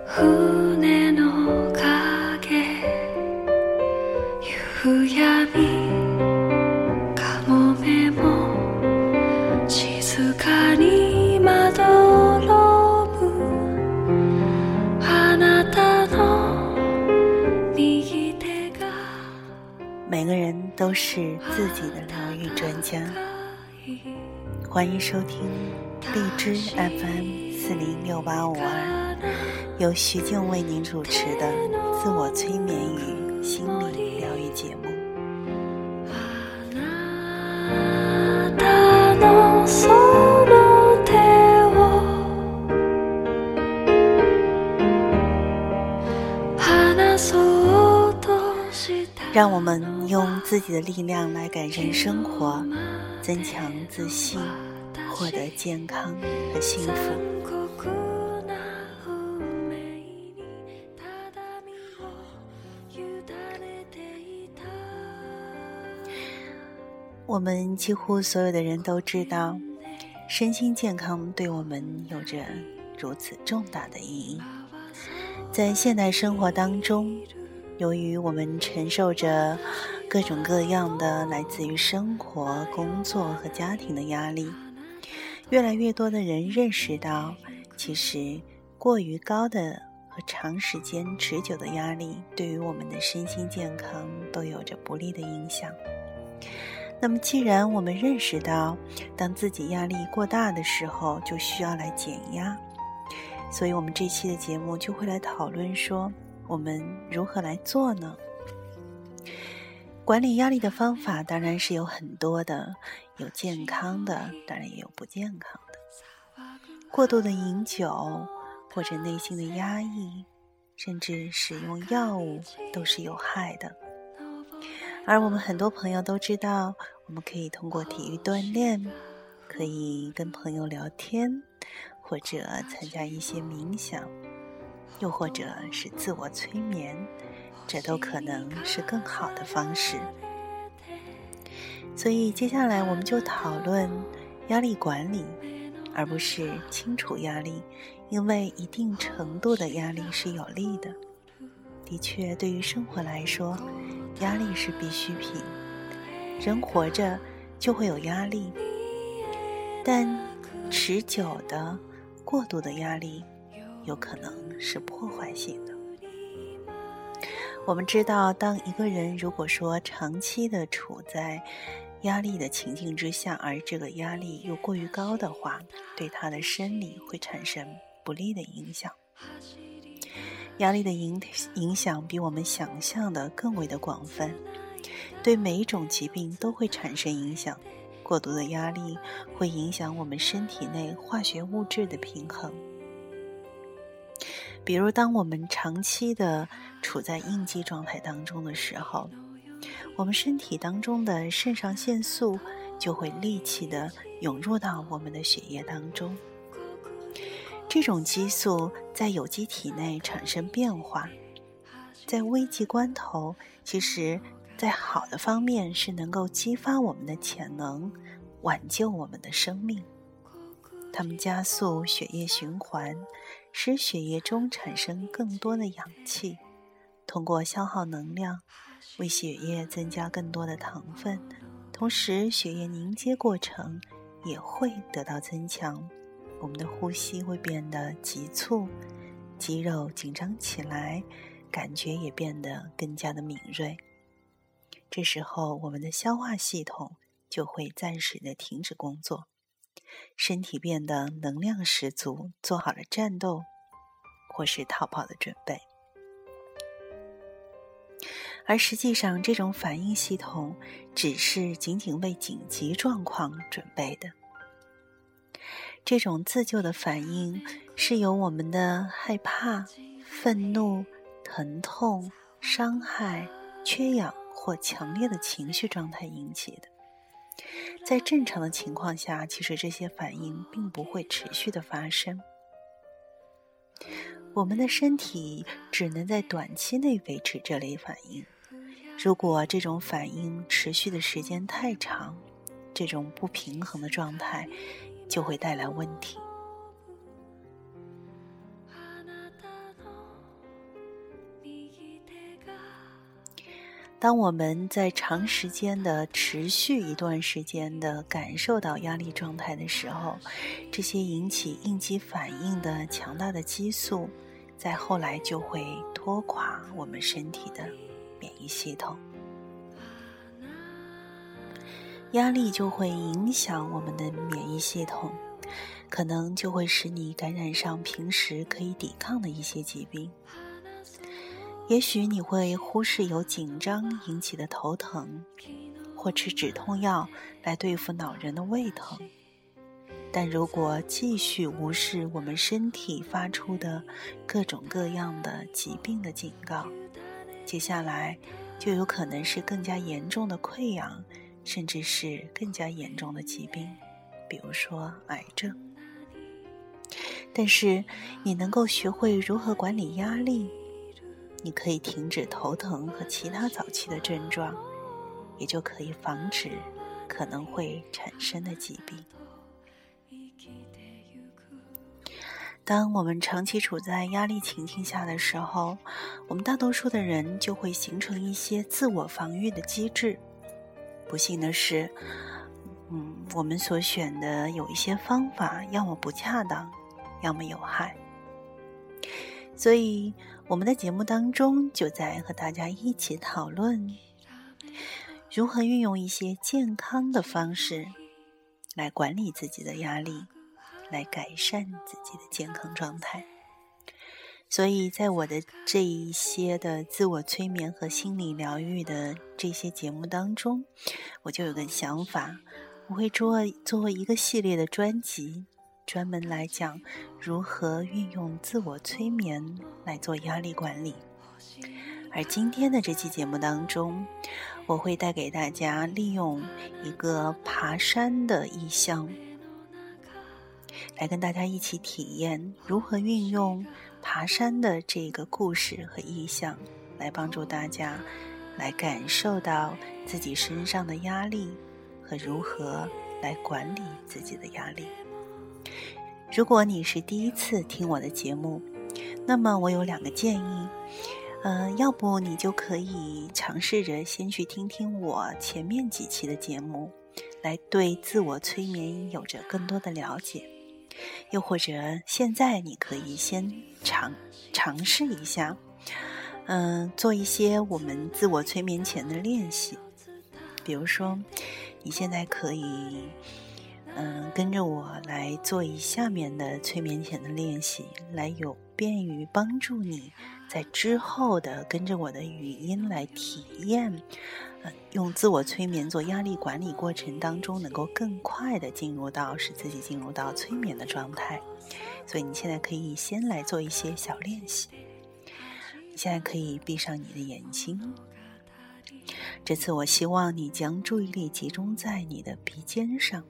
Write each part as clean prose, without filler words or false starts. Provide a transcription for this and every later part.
船の影夕闇かもめも静かにまどろむあなたの右手が每个人都是自己的疗愈专家。欢迎收听荔枝 FM4068552，由徐静为您主持的自我催眠与心理疗愈节目。让我们用自己的力量来改善生活，增强自信，获得健康和幸福。我们几乎所有的人都知道，身心健康对我们有着如此重大的意义。在现代生活当中，由于我们承受着各种各样的来自于生活、工作和家庭的压力，越来越多的人认识到，其实过于高的和长时间持久的压力对于我们的身心健康都有着不利的影响。那么既然我们认识到，当自己压力过大的时候就需要来减压，所以我们这期的节目就会来讨论说，我们如何来做呢？管理压力的方法当然是有很多的，有健康的，当然也有不健康的。过度的饮酒，或者内心的压抑，甚至使用药物都是有害的。而我们很多朋友都知道，我们可以通过体育锻炼，可以跟朋友聊天，或者参加一些冥想，又或者是自我催眠，这都可能是更好的方式。所以接下来我们就讨论压力管理，而不是清除压力，因为一定程度的压力是有利的。的确，对于生活来说，压力是必需品，人活着就会有压力，但持久的、过度的压力有可能是破坏性的。我们知道，当一个人如果说长期的处在压力的情境之下，而这个压力又过于高的话，对他的生理会产生不利的影响。压力的影响比我们想象的更为的广泛，对每一种疾病都会产生影响。过度的压力会影响我们身体内化学物质的平衡。比如当我们长期的处在应激状态当中的时候，我们身体当中的肾上腺素就会立即的涌入到我们的血液当中。这种激素在有机体内产生变化，在危急关头，其实在好的方面是能够激发我们的潜能，挽救我们的生命。它们加速血液循环，使血液中产生更多的氧气，通过消耗能量为血液增加更多的糖分，同时血液凝结过程也会得到增强，我们的呼吸会变得急促，肌肉紧张起来，感觉也变得更加的敏锐。这时候我们的消化系统就会暂时的停止工作，身体变得能量十足，做好了战斗或是逃跑的准备。而实际上，这种反应系统只是仅仅为紧急状况准备的。这种自救的反应是由我们的害怕、愤怒、疼痛、伤害、缺氧或强烈的情绪状态引起的。在正常的情况下，其实这些反应并不会持续的发生。我们的身体只能在短期内维持这类反应，如果这种反应持续的时间太长，这种不平衡的状态就会带来问题。 当我们在长时间的持续一段时间的感受到压力状态的时候，这些引起应激反应的强大的激素，在后来就会拖垮我们身体的免疫系统。压力就会影响我们的免疫系统，可能就会使你感染上平时可以抵抗的一些疾病。也许你会忽视由紧张引起的头疼，或吃止痛药来对付恼人的胃疼。但如果继续无视我们身体发出的各种各样的疾病的警告，接下来就有可能是更加严重的溃疡，甚至是更加严重的疾病，比如说癌症。但是你能够学会如何管理压力，你可以停止头疼和其他早期的症状，也就可以防止可能会产生的疾病。当我们长期处在压力情境下的时候，我们大多数的人就会形成一些自我防御的机制。不幸的是，我们所选的有一些方法要么不恰当，要么有害。所以我们的节目当中就在和大家一起讨论如何运用一些健康的方式来管理自己的压力，来改善自己的健康状态。所以在我的这一些的自我催眠和心理疗愈的这些节目当中，我就有个想法，我会做一个系列的专辑，专门来讲如何运用自我催眠来做压力管理。而今天的这期节目当中，我会带给大家利用一个爬山的意象，来跟大家一起体验如何运用爬山的这个故事和意象，来帮助大家来感受到自己身上的压力和如何来管理自己的压力。如果你是第一次听我的节目，那么我有2个建议。要不你就可以尝试着先去听听我前面几期的节目，来对自我催眠有着更多的了解。又或者现在你可以先尝试一下，做一些我们自我催眠前的练习。比如说你现在可以跟着我来做一下面的催眠前的练习，来有便于帮助你在之后的跟着我的语音来体验，用自我催眠做压力管理过程当中能够更快的使自己进入到催眠的状态。所以你现在可以先来做一些小练习。你现在可以闭上你的眼睛，这次我希望你将注意力集中在你的鼻尖上，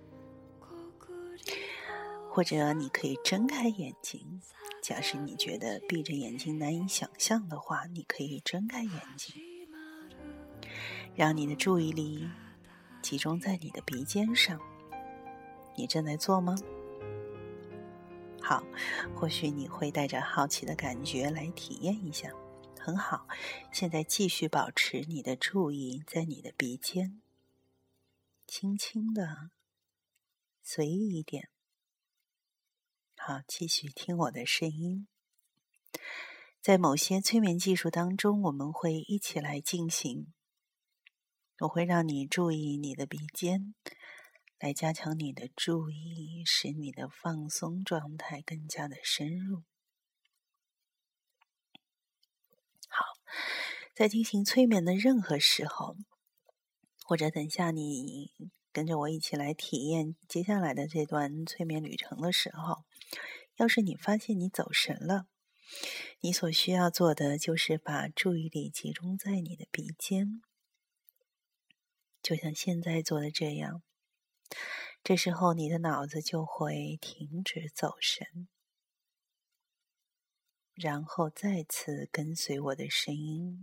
或者你可以睁开眼睛，假使你觉得闭着眼睛难以想象的话，你可以睁开眼睛，让你的注意力集中在你的鼻尖上。你正在做吗？好，或许你会带着好奇的感觉来体验一下。很好，现在继续保持你的注意在你的鼻尖，轻轻的，随意一点。好，继续听我的声音。在某些催眠技术当中，我们会一起来进行。我会让你注意你的鼻尖，来加强你的注意，使你的放松状态更加的深入。好，在进行催眠的任何时候，或者等下你跟着我一起来体验接下来的这段催眠旅程的时候，要是你发现你走神了，你所需要做的就是把注意力集中在你的鼻尖，就像现在做的这样。这时候你的脑子就会停止走神，然后再次跟随我的声音。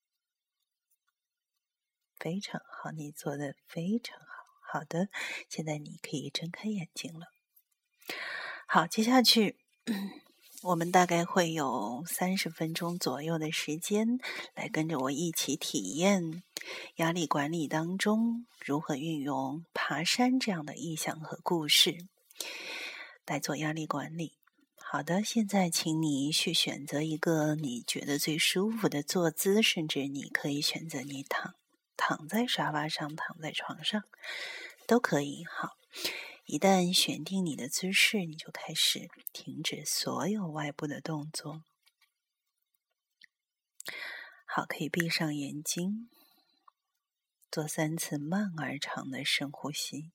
非常好，你做得非常好。好的，现在你可以睁开眼睛了。好，接下去我们大概会有30分钟左右的时间，来跟着我一起体验压力管理当中如何运用爬山这样的意象和故事来做压力管理。好的，现在请你去选择一个你觉得最舒服的坐姿，甚至你可以选择你躺在沙发上，躺在床上都可以。好，一旦选定你的姿势，你就开始停止所有外部的动作。好，可以闭上眼睛，做3次慢而长的深呼吸。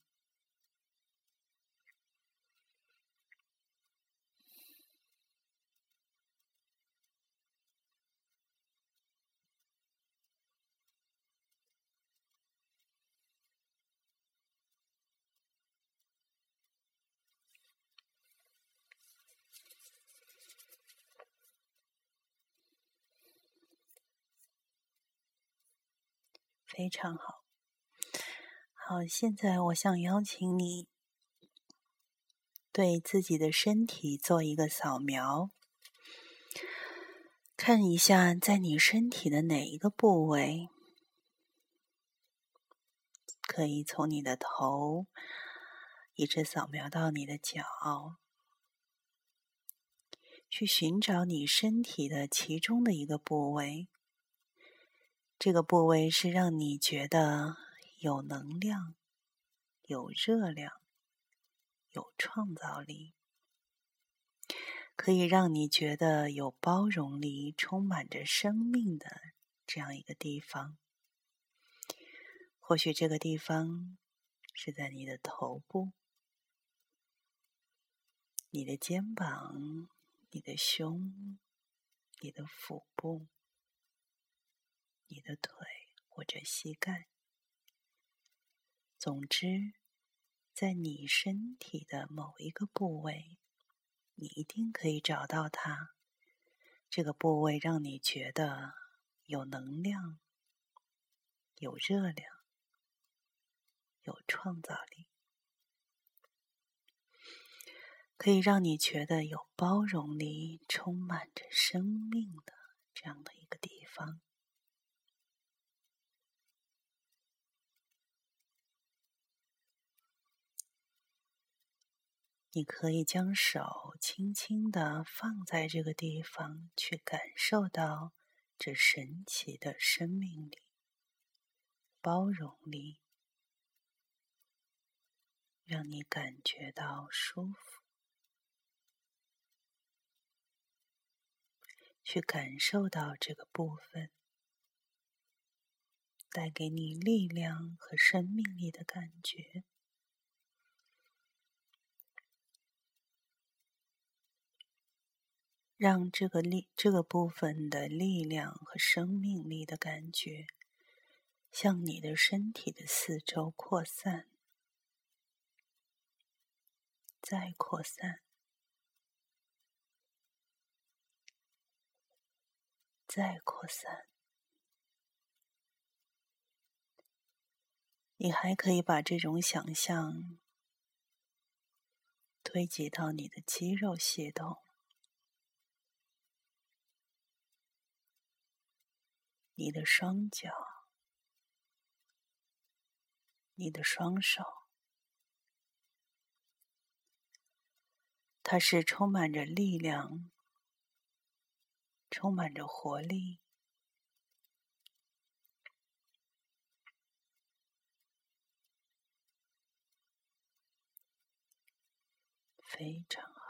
非常好。好，现在我想邀请你对自己的身体做一个扫描，看一下在你身体的哪一个部位，可以从你的头一直扫描到你的脚，去寻找你身体的其中的一个部位。这个部位是让你觉得有能量、有热量、有创造力，可以让你觉得有包容力、充满着生命的这样一个地方。或许这个地方是在你的头部、你的肩膀、你的胸、你的腹部、你的腿或者膝盖。总之，在你身体的某一个部位，你一定可以找到它。这个部位让你觉得有能量、有热量、有创造力，可以让你觉得有包容力、充满着生命的这样的一个地方。你可以将手轻轻地放在这个地方，去感受到这神奇的生命力、包容力，让你感觉到舒服。去感受到这个部分带给你力量和生命力的感觉。让这个部分的力量和生命力的感觉向你的身体的四周扩散，再扩散，再扩散。你还可以把这种想象推及到你的肌肉系统，你的双脚，你的双手，它是充满着力量，充满着活力，非常好。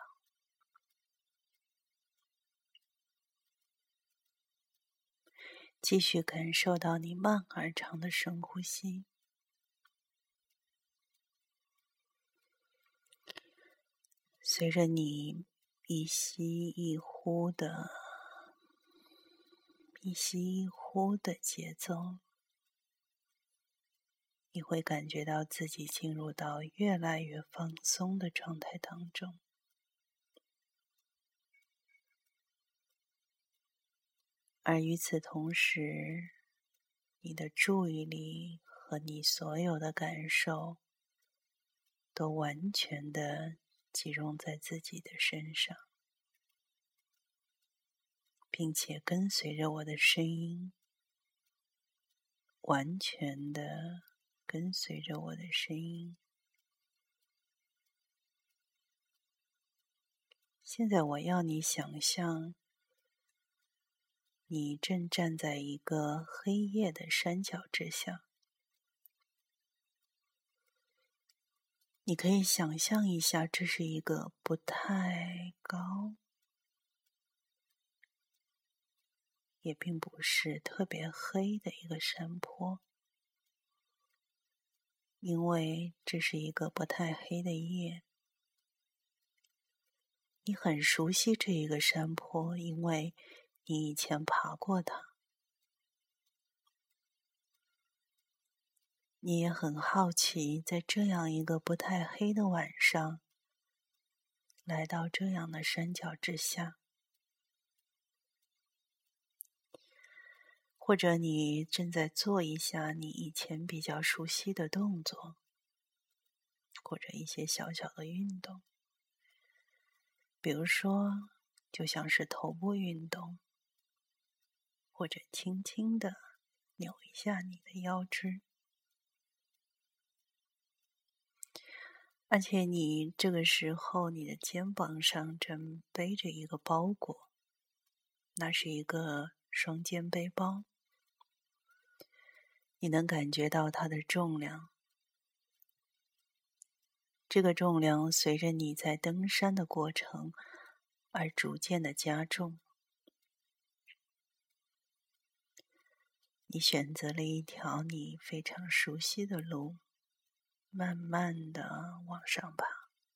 继续感受到你慢而长的深呼吸，随着你一吸一呼的节奏，你会感觉到自己进入到越来越放松的状态当中。而与此同时，你的注意力和你所有的感受都完全的集中在自己的身上。 并且跟随着我的声音，完全的跟随着我的声音。现在我要你想象，你正站在一个黑夜的山脚之下。你可以想象一下，这是一个不太高，也并不是特别黑的一个山坡，因为这是一个不太黑的夜。你很熟悉这一个山坡，因为你以前爬过它。你也很好奇，在这样一个不太黑的晚上，来到这样的山脚之下，或者你正在做一下你以前比较熟悉的动作，或者一些小小的运动。比如说，就像是头部运动，或者轻轻地扭一下你的腰肢。而且你这个时候，你的肩膀上正背着一个包裹，那是一个双肩背包。你能感觉到它的重量，这个重量随着你在登山的过程而逐渐的加重。你选择了一条你非常熟悉的路，慢慢的往上爬。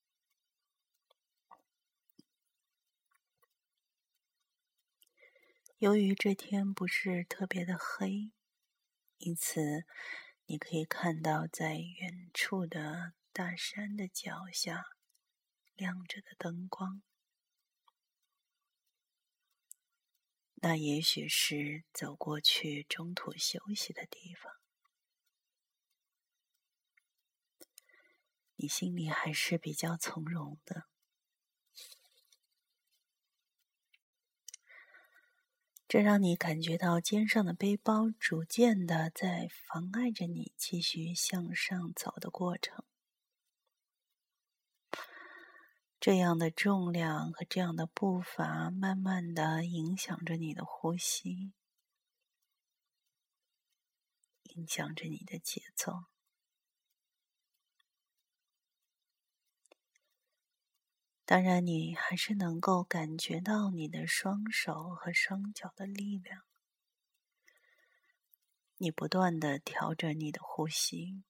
由于这天不是特别的黑，因此你可以看到在远处的大山的脚下亮着的灯光。那也许是走过去中途休息的地方。你心里还是比较从容的。这让你感觉到肩上的背包逐渐的在妨碍着你继续向上走的过程。这样的重量和这样的步伐慢慢的影响着你的呼吸，影响着你的节奏。当然，你还是能够感觉到你的双手和双脚的力量。你不断地调整你的呼吸，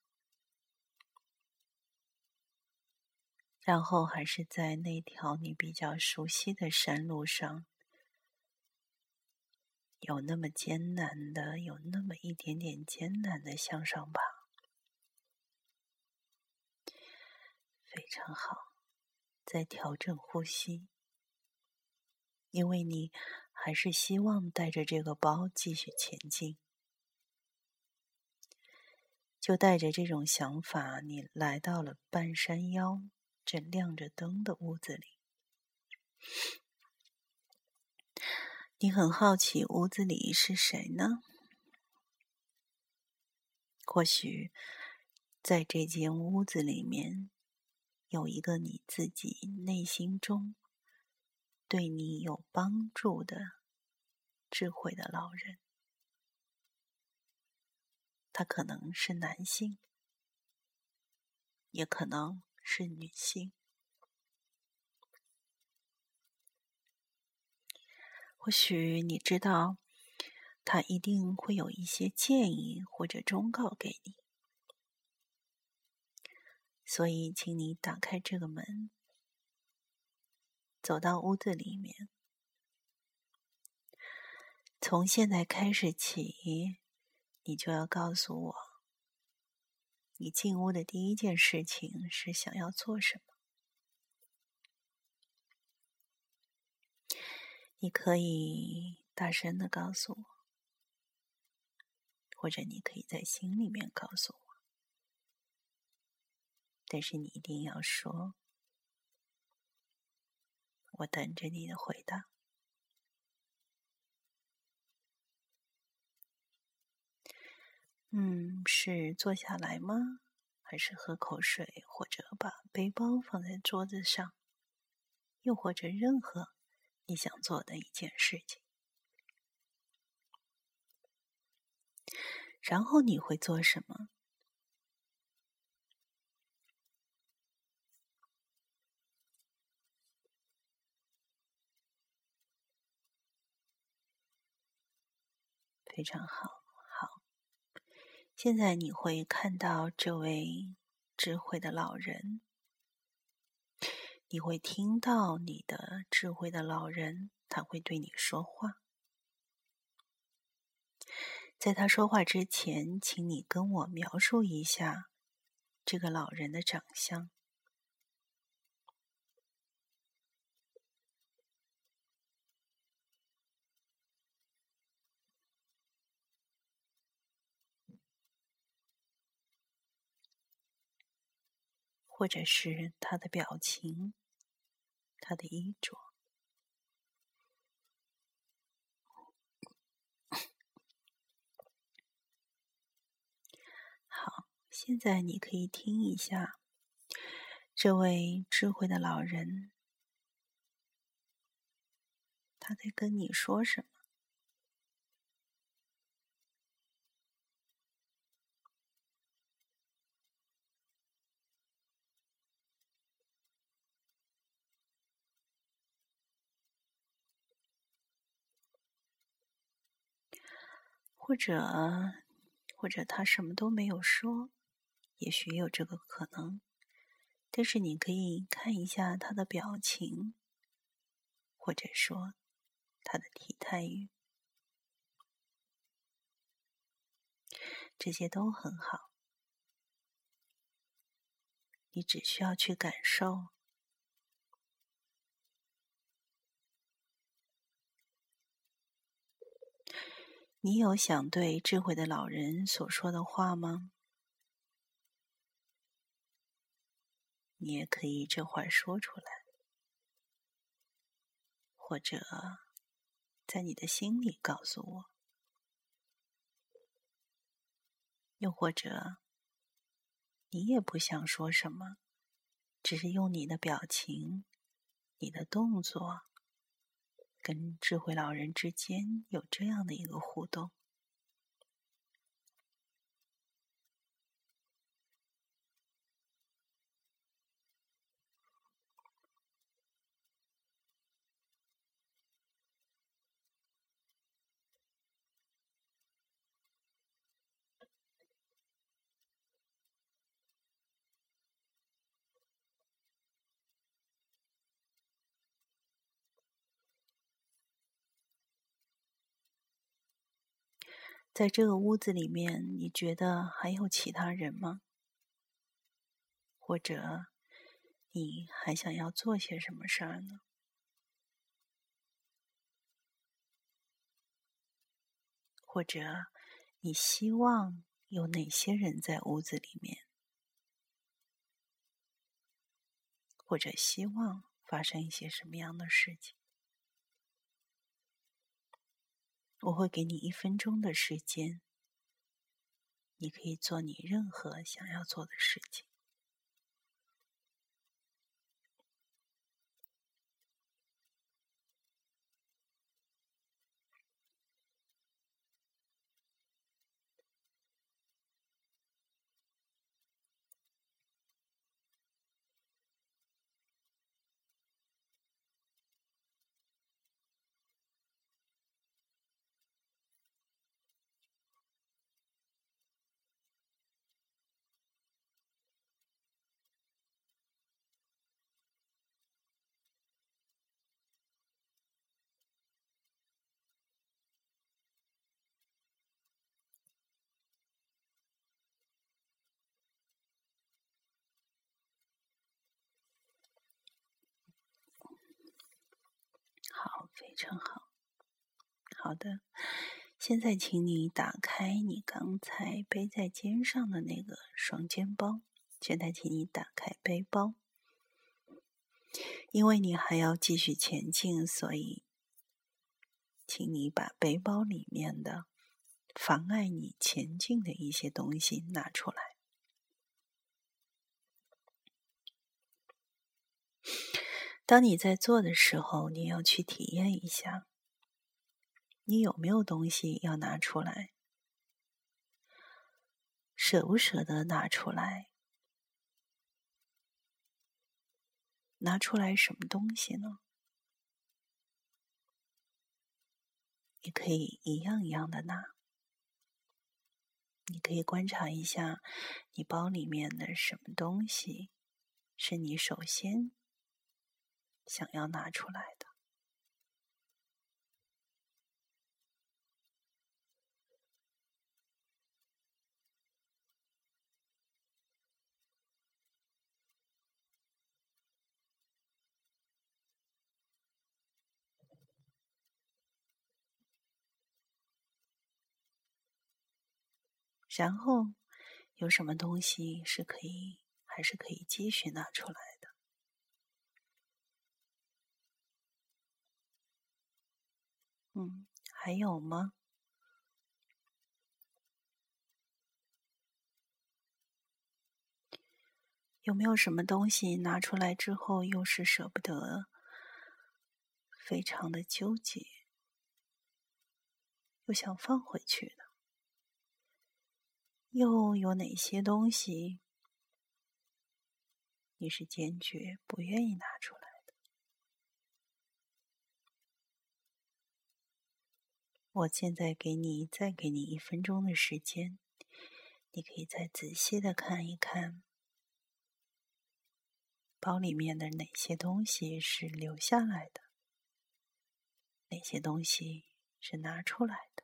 然后还是在那条你比较熟悉的山路上，有那么艰难的，有那么一点点艰难的向上爬。非常好，再调整呼吸，因为你还是希望带着这个包继续前进。就带着这种想法，你来到了半山腰正亮着灯的屋子里。你很好奇屋子里是谁呢？或许在这间屋子里面有一个你自己内心中对你有帮助的智慧的老人。他可能是男性，也可能是女性。或许你知道，他一定会有一些建议或者忠告给你。所以，请你打开这个门，走到屋子里面。从现在开始起，你就要告诉我，你进屋的第一件事情是想要做什么。你可以大声地告诉我，或者你可以在心里面告诉我，但是你一定要说，我等着你的回答。 是坐下来吗？还是喝口水，或者把背包放在桌子上，又或者任何你想做的一件事情。然后你会做什么？非常好，好。现在你会看到这位智慧的老人，你会听到你的智慧的老人，他会对你说话。在他说话之前，请你跟我描述一下这个老人的长相。或者是他的表情，他的衣着。好，现在你可以听一下这位智慧的老人，他在跟你说什么？或者他什么都没有说，也许有这个可能。但是你可以看一下他的表情，或者说他的体态语，这些都很好。你只需要去感受。你有想对智慧的老人所说的话吗？你也可以这话说出来，或者在你的心里告诉我，又或者你也不想说什么，只是用你的表情、你的动作跟智慧老人之间有这样的一个互动。在这个屋子里面，你觉得还有其他人吗？或者你还想要做些什么事儿呢？或者你希望有哪些人在屋子里面？或者希望发生一些什么样的事情？我会给你1分钟的时间，你可以做你任何想要做的事情。好，非常好。好的，现在请你打开你刚才背在肩上的那个双肩包。现在请你打开背包，因为你还要继续前进，所以请你把背包里面的妨碍你前进的一些东西拿出来。当你在做的时候，你要去体验一下，你有没有东西要拿出来？舍不舍得拿出来？拿出来什么东西呢？你可以一样一样的拿。你可以观察一下你包里面的什么东西是你首先想要拿出来的。然后有什么东西是还是可以继续拿出来的？还有吗？有没有什么东西拿出来之后又是舍不得，非常的纠结，又想放回去的？又有哪些东西你是坚决不愿意拿出来的？我现在再给你1分钟的时间，你可以再仔细的看一看包里面的哪些东西是留下来的，哪些东西是拿出来的。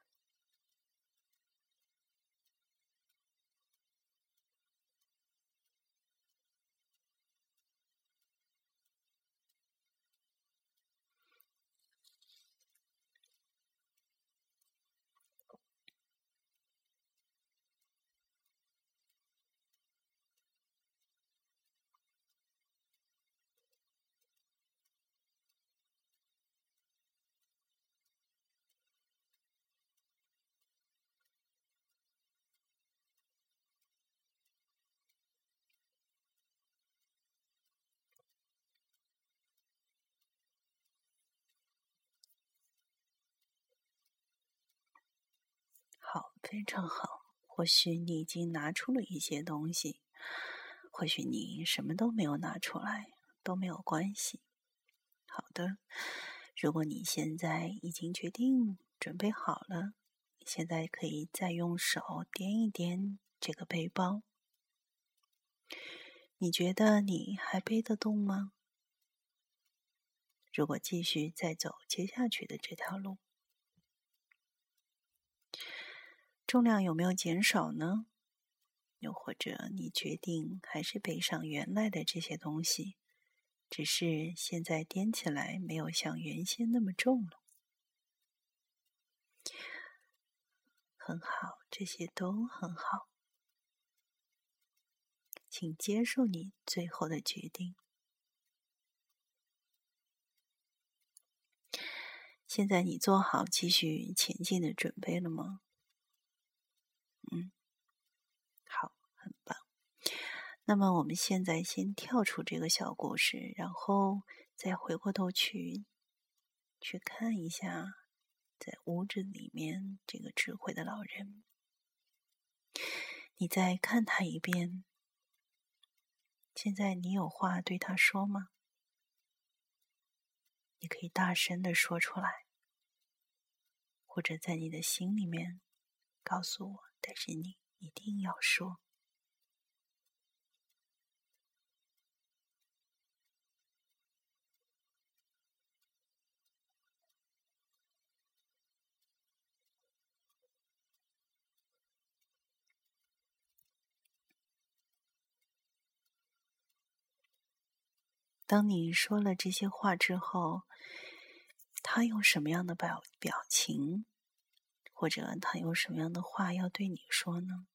好，非常好。或许你已经拿出了一些东西，或许你什么都没有拿出来，都没有关系。好的，如果你现在已经决定准备好了，你现在可以再用手掂一掂这个背包。你觉得你还背得动吗？如果继续再走接下去的这条路，重量有没有减少呢？又或者你决定还是背上原来的这些东西，只是现在掂起来没有像原先那么重了。很好，这些都很好。请接受你最后的决定。现在你做好继续前进的准备了吗？好，很棒。那么我们现在先跳出这个小故事，然后再回过头去看一下在屋子里面这个智慧的老人。你再看他一遍，现在你有话对他说吗？你可以大声地说出来，或者在你的心里面告诉我，但是你一定要说。当你说了这些话之后，他用什么样的表情，或者他用什么样的话要对你说呢？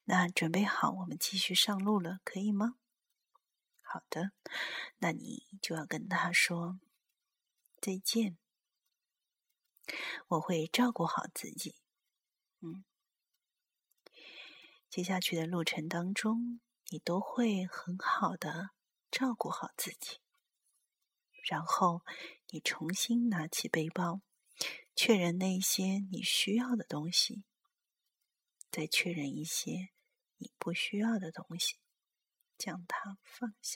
那准备好，我们继续上路了，可以吗？好的，那你就要跟他说再见，我会照顾好自己。接下去的路程当中，你都会很好的照顾好自己。然后你重新拿起背包，确认那些你需要的东西，再确认一些你不需要的东西，将它放下。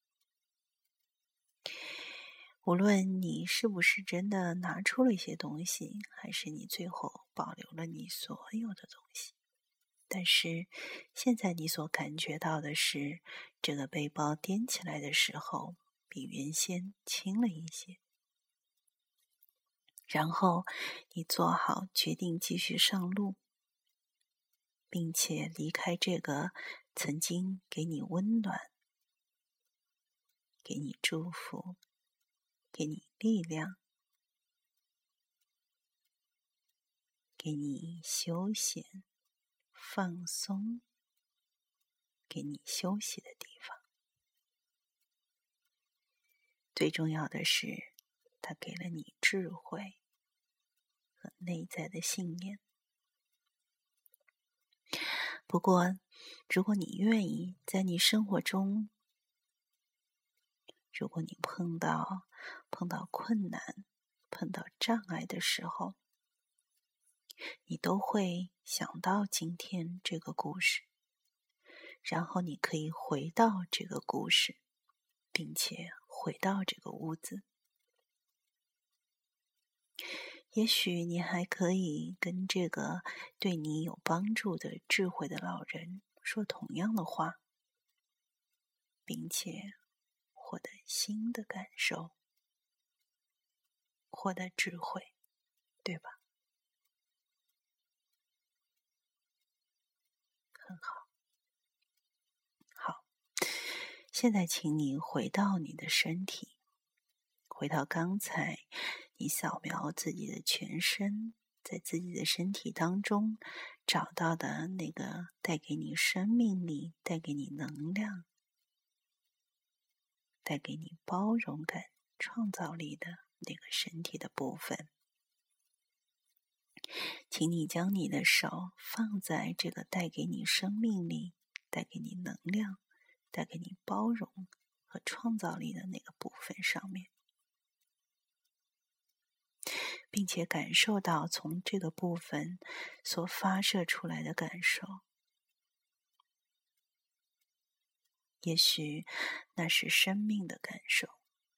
无论你是不是真的拿出了一些东西，还是你最后保留了你所有的东西，但是现在你所感觉到的是，这个背包掂起来的时候比原先轻了一些。然后你做好决定继续上路，并且离开这个曾经给你温暖、给你祝福、给你力量、给你休闲、放松、给你休息的地方。最重要的是，它给了你智慧和内在的信念。不过，如果你愿意，在你生活中，如果你碰到困难、碰到障碍的时候，你都会想到今天这个故事，然后你可以回到这个故事，并且回到这个屋子。也许你还可以跟这个对你有帮助的智慧的老人说同样的话，并且获得新的感受，获得智慧，对吧？很好。好，现在请你回到你的身体，回到刚才你扫描自己的全身，在自己的身体当中找到的那个带给你生命力、带给你能量、带给你包容感、创造力的那个身体的部分。请你将你的手放在这个带给你生命力、带给你能量、带给你包容和创造力的那个部分上面，并且感受到从这个部分所发射出来的感受。也许那是生命的感受，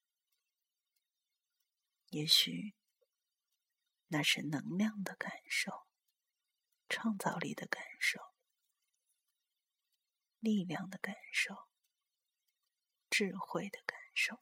也许那是能量的感受、创造力的感受、力量的感受、智慧的感受。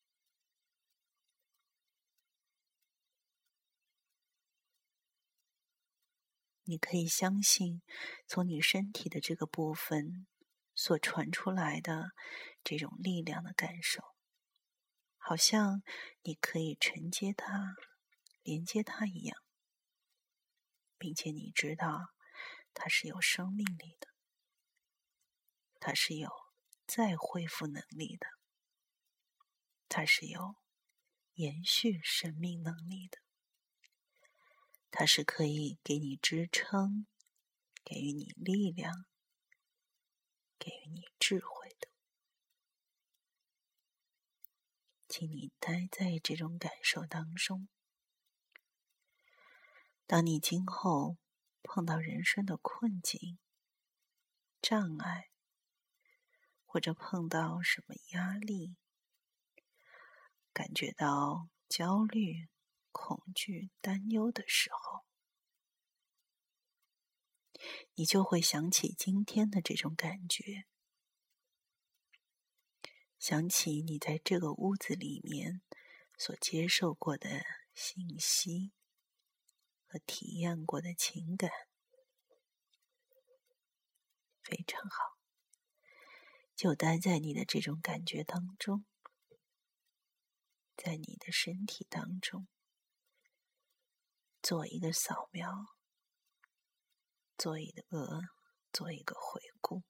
你可以相信，从你身体的这个部分所传出来的这种力量的感受，好像你可以承接它、连接它一样，并且你知道它是有生命力的，它是有再恢复能力的，它是有延续生命能力的，它是可以给你支撑、给予你力量、给予你智慧的。请你待在这种感受当中。当你今后碰到人生的困境、障碍，或者碰到什么压力，感觉到焦虑、恐惧、担忧的时候，你就会想起今天的这种感觉，想起你在这个屋子里面所接受过的信息和体验过的情感。非常好，就待在你的这种感觉当中，在你的身体当中做一个扫描，做一个做一个回顾，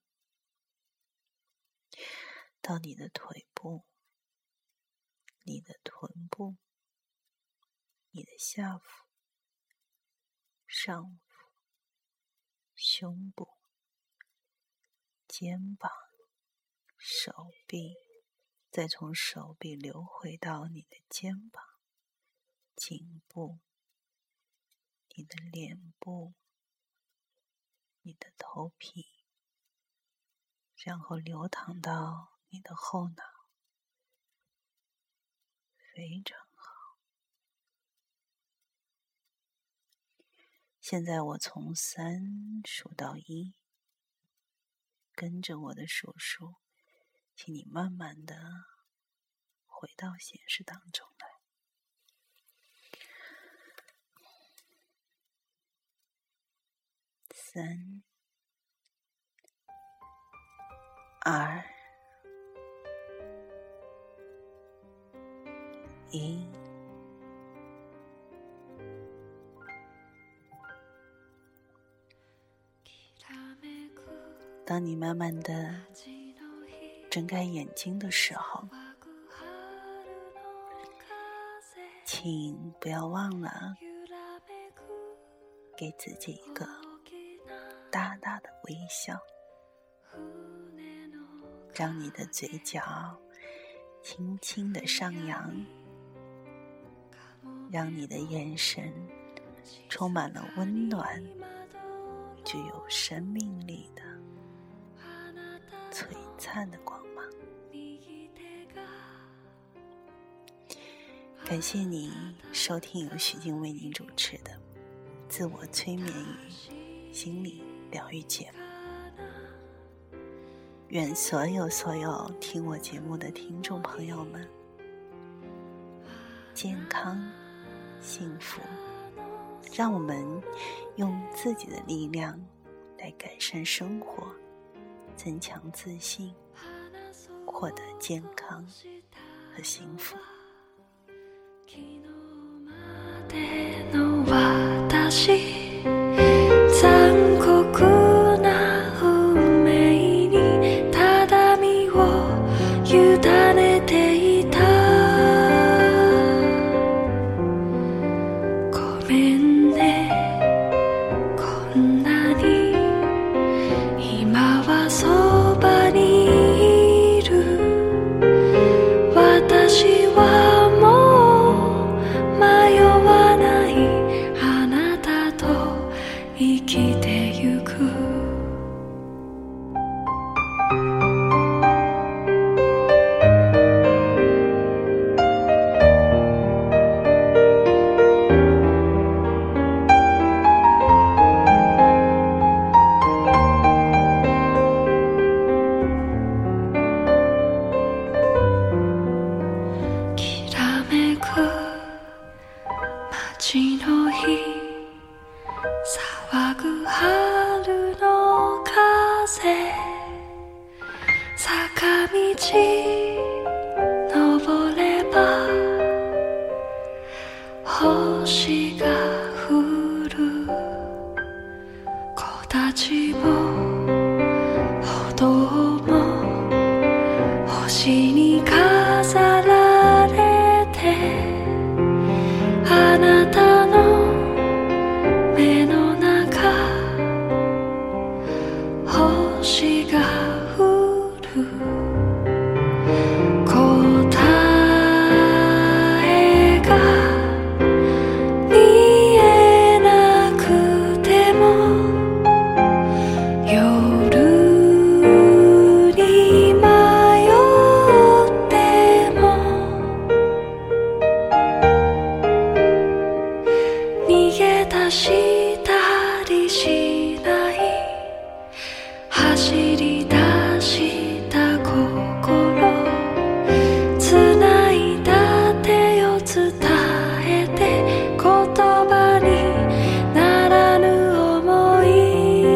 到你的腿部、你的臀部、你的下腹、上腹、胸部、肩膀、手臂，再从手臂流回到你的肩膀、颈部、你的脸部、你的头皮，然后流淌到你的后脑，非常好。现在我从3数到1，跟着我的数数，请你慢慢的回到显示当中来。3、2、1。当你慢慢的睁开眼睛的时候，请不要忘了给自己一个大大的微笑，让你的嘴角轻轻的上扬，让你的眼神充满了温暖，具有生命力的璀璨的光芒。感谢你收听由徐静为您主持的自我催眠与心理疗愈节目。愿所有听我节目的听众朋友们健康幸福，让我们用自己的力量来改善生活，增强自信，获得健康和幸福。残酷な運命にただ身を委ねていた。ごめんね、こんなに今はそばにいる。私はもう迷わない、あなたと生きてゆく。きらめく街の日、騒ぐ春の風、坂道登れば星が降る。木立も歩道も星に飾られて、あなたの目の中、星が降る。答えが見えなくても、夜に迷っても逃げ出したりしない。走り出した心、繋いだ手を伝えて、言葉にならぬ想い。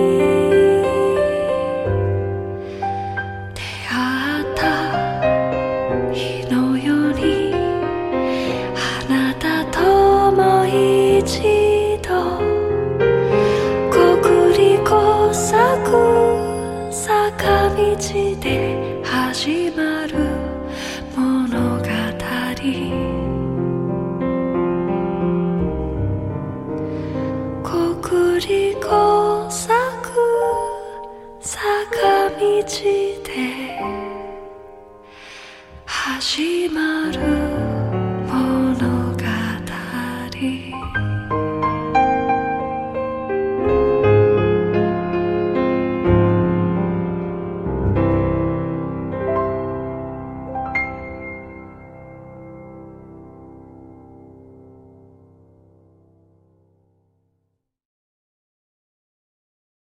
出会った日のように、あなたともう一度り